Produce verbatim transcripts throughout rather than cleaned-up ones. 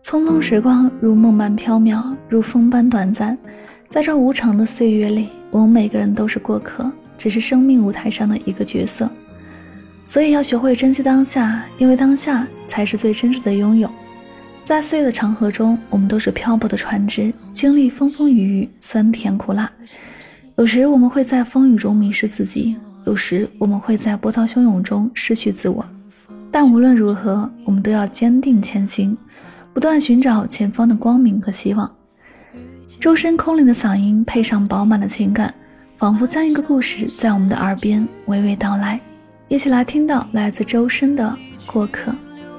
匆匆时光如梦般缥缈，如风般短暂。在这无常的岁月里，我们每个人都是过客，只是生命舞台上的一个角色。所以要学会珍惜当下，因为当下才是最真实的拥有。在岁月的长河中，我们都是漂泊的船只，经历风风雨雨，酸甜苦辣。有时我们会在风雨中迷失自己，有时我们会在波涛汹涌中失去自我。但无论如何，我们都要坚定前行，不断寻找前方的光明和希望。周深空灵的嗓音配上饱满的情感，仿佛将一个故事在我们的耳边娓娓道来。一起来听到来自周深的《过客》。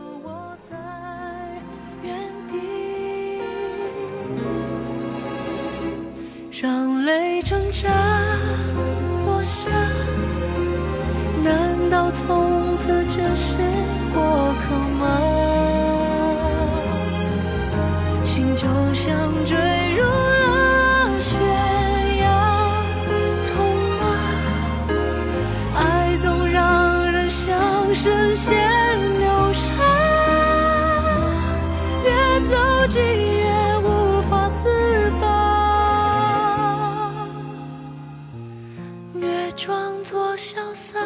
让泪挣扎落下，难道从此只是过客吗？心就像坠入了悬崖，痛吗？爱总让人像神仙流沙，越走近越无法自拔，越装作潇洒，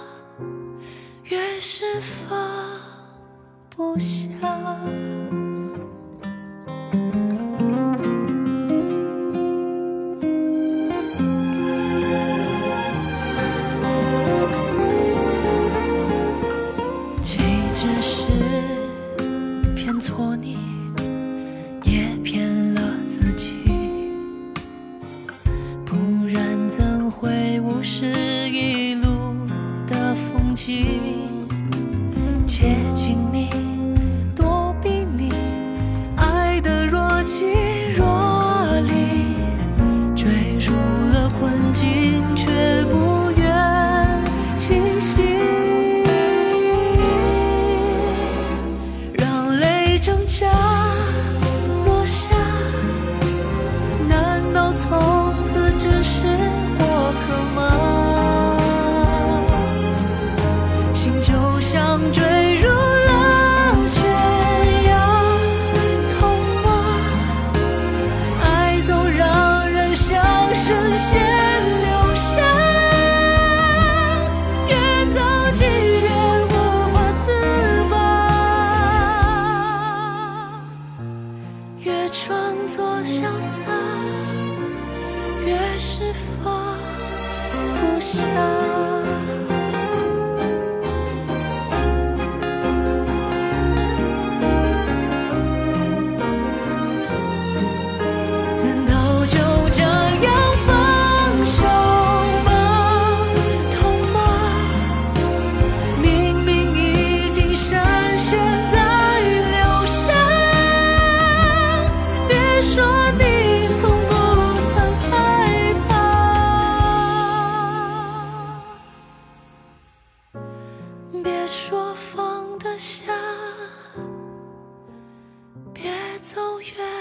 越是放不下。岂只是骗错你，也骗了自己，不然怎会无视一路的风景？接近你，躲避你，爱的若即若离，坠入了困境，却不愿清醒。让泪挣扎落下，难道从此只是过客吗？心就像坠入了悬崖，痛吗？爱总让人像神仙流沙，越走近越无法自拔，越装作潇洒，越是放不下。别说放得下，别走远。